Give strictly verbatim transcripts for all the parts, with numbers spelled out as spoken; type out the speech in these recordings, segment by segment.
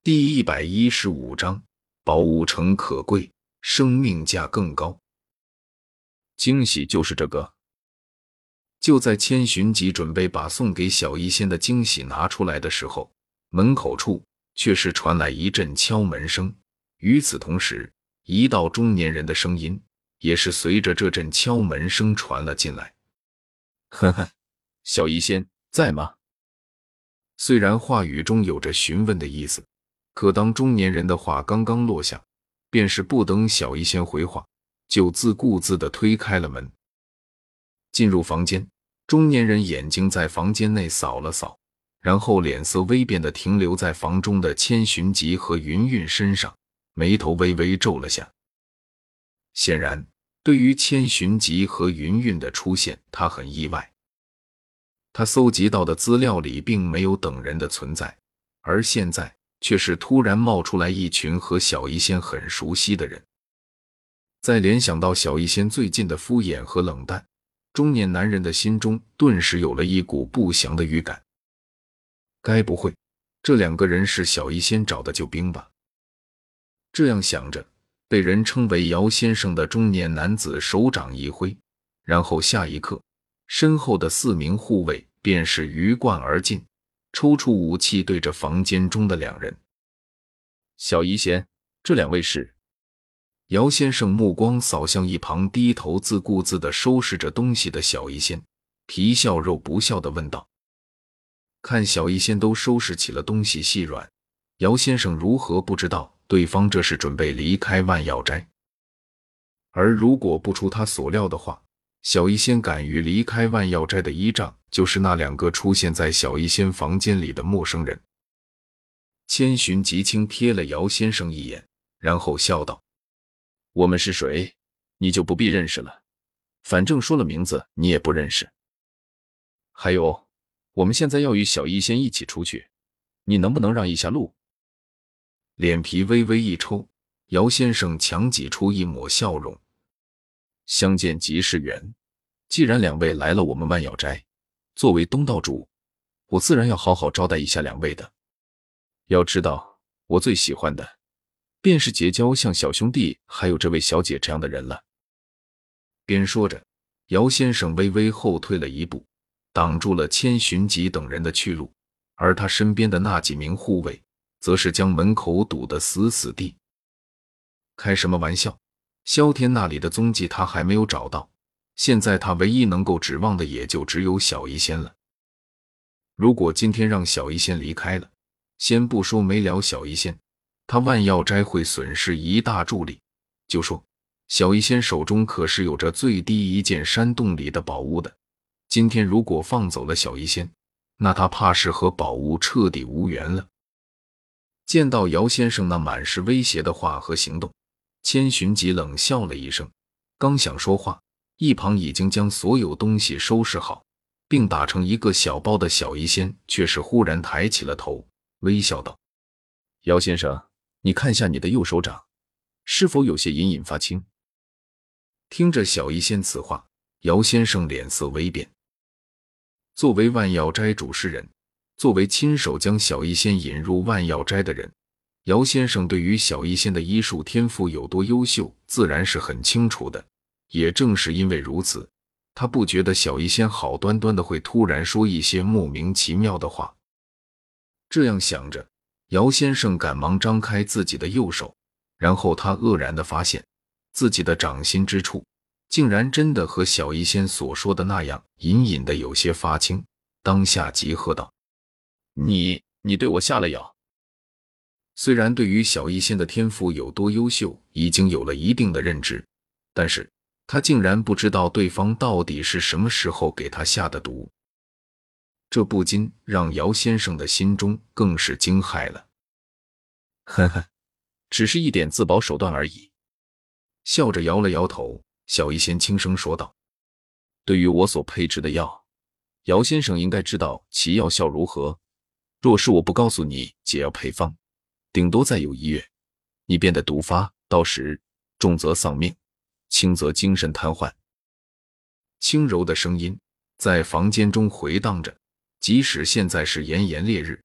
第一百一十五章，宝物诚可贵，生命价更高。惊喜就是这个。就在千寻疾准备把送给小医仙的惊喜拿出来的时候，门口处却是传来一阵敲门声。与此同时，一道中年人的声音也是随着这阵敲门声传了进来。 呵呵，小医仙在吗？ 虽然话语中有着询问的意思，可当中年人的话刚刚落下，便是不等小医仙回话，就自顾自地推开了门。进入房间，中年人眼睛在房间内扫了扫，然后脸色微变地停留在房中的千寻疾和云云身上，眉头微微皱了下。显然，对于千寻疾和云云的出现，他很意外。他搜集到的资料里并没有等人的存在，而现在却是突然冒出来一群和小医仙很熟悉的人。在联想到小医仙最近的敷衍和冷淡，中年男人的心中顿时有了一股不祥的预感。该不会这两个人是小医仙找的救兵吧？这样想着，被人称为姚先生的中年男子手掌一挥，然后下一刻，身后的四名护卫便是鱼贯而进，抽出武器对着房间中的两人。 小医仙，这两位是？ 姚先生目光扫向一旁低头自顾自地收拾着东西的小医仙，皮笑肉不笑地问道。看小医仙都收拾起了东西细软，姚先生如何不知道对方这是准备离开万药斋？而如果不出他所料的话，小医仙敢于离开万药斋的依仗，就是那两个出现在小医仙房间里的陌生人。千寻疾轻瞥了姚先生一眼，然后笑道： 我们是谁，你就不必认识了，反正说了名字你也不认识。还有，我们现在要与小医仙一起出去，你能不能让一下路？ 脸皮微微一抽，姚先生强挤出一抹笑容。 相见即是缘，既然两位来了我们万药斋，作为东道主，我自然要好好招待一下两位的。要知道，我最喜欢的便是结交像小兄弟还有这位小姐这样的人了。 边说着，姚先生微微后退了一步，挡住了千寻疾等人的去路，而他身边的那几名护卫则是将门口堵得死死地。开什么玩笑，萧天那里的踪迹他还没有找到，现在他唯一能够指望的也就只有小医仙了。如果今天让小医仙离开了，先不说没了小医仙，他万药斋会损失一大助力。就说小医仙手中可是有着最低一件山洞里的宝物的，今天如果放走了小医仙，那他怕是和宝物彻底无缘了。见到姚先生那满是威胁的话和行动，千寻疾冷笑了一声，刚想说话，一旁已经将所有东西收拾好并打成一个小包的小医仙却是忽然抬起了头，微笑道： 姚先生，你看下你的右手掌，是否有些隐隐发青？ 听着小医仙此话，姚先生脸色微变。作为万药斋主事人，作为亲手将小医仙引入万药斋的人，姚先生对于小医仙的医术天赋有多优秀自然是很清楚的。也正是因为如此，他不觉得小医仙好端端的会突然说一些莫名其妙的话。这样想着，姚先生赶忙张开自己的右手，然后他愕然地发现自己的掌心之处竟然真的和小医仙所说的那样隐隐的有些发青，当下急喝道： 你你对我下了药？ 虽然对于小医仙的天赋有多优秀已经有了一定的认知，但是他竟然不知道对方到底是什么时候给他下的毒，这不禁让姚先生的心中更是惊骇了。 呵呵，只是一点自保手段而已。 笑着摇了摇头，小医仙轻声说道： 对于我所配置的药，姚先生应该知道其药效如何。若是我不告诉你解药配方，顶多再有一月，你便得毒发，到时重则丧命，轻则精神瘫痪。轻柔的声音在房间中回荡着，即使现在是炎炎烈日，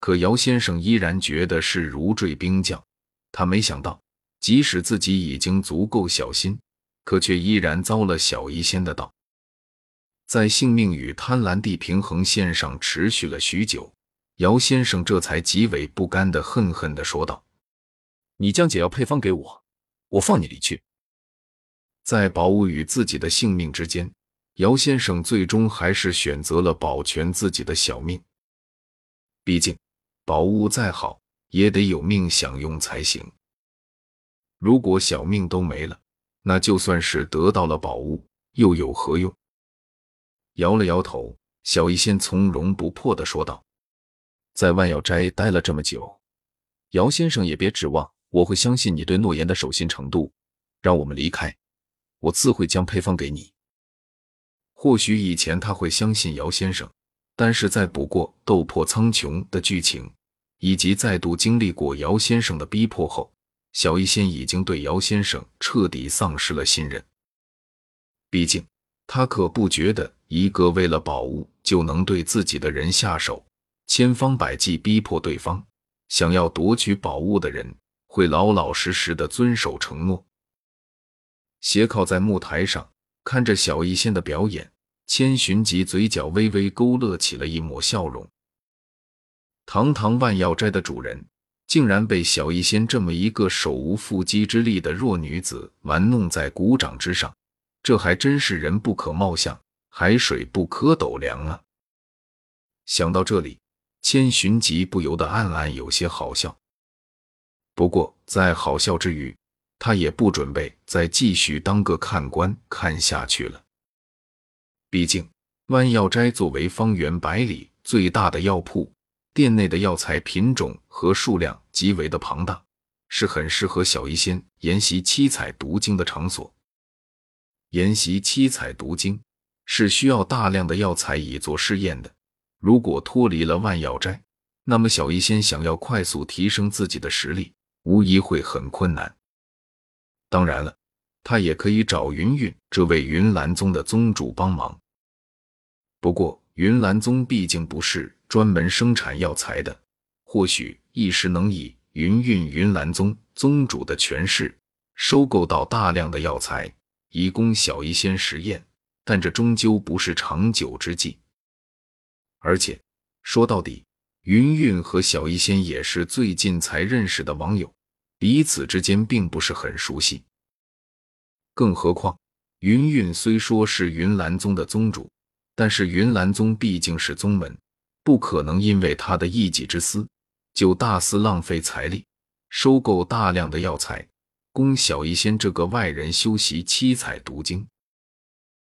可姚先生依然觉得是如坠冰窖。他没想到，即使自己已经足够小心，可却依然遭了小医仙的道。在性命与贪婪地平衡线上持续了许久，姚先生这才极为不甘地恨恨地说道：“ 你将解药配方给我，我放你离去。” 在宝物与自己的性命之间，姚先生最终还是选择了保全自己的小命。毕竟，宝物再好，也得有命享用才行。如果小命都没了，那就算是得到了宝物，又有何用？摇了摇头，小医仙从容不迫地说道：“ 在万药斋待了这么久，姚先生也别指望我会相信你对诺言的守信程度。让我们离开，我自会将配方给你。” 或许以前他会相信姚先生，但是在补过斗破苍穹的剧情，以及再度经历过姚先生的逼迫后，小医仙已经对姚先生彻底丧失了信任。毕竟，他可不觉得一个为了宝物就能对自己的人下手，千方百计逼迫对方，想要夺取宝物的人会老老实实的遵守承诺。斜靠在木台上，看着小医仙的表演，千寻疾嘴角微微勾勒起了一抹笑容。堂堂万药斋的主人，竟然被小医仙这么一个手无缚鸡之力的弱女子玩弄在股掌之上，这还真是人不可貌相，海水不可斗量啊！想到这里，千寻疾不由得暗暗有些好笑。不过在好笑之余，他也不准备再继续当个看官看下去了。毕竟万药斋作为方圆百里最大的药铺，店内的药材品种和数量极为的庞大，是很适合小医仙研习七彩毒经的场所。研习七彩毒经是需要大量的药材以做试验的，如果脱离了万药斋，那么小医仙想要快速提升自己的实力，无疑会很困难。当然了，他也可以找云韵这位云岚宗的宗主帮忙。不过云岚宗毕竟不是专门生产药材的，或许一时能以云韵云岚宗宗主的权势收购到大量的药材，以供小医仙实验，但这终究不是长久之计。而且说到底，云韵和小医仙也是最近才认识的网友，彼此之间并不是很熟悉。更何况云韵虽说是云岚宗的宗主，但是云岚宗毕竟是宗门，不可能因为他的一己之私就大肆浪费财力，收购大量的药材，供小医仙这个外人修习七彩毒经。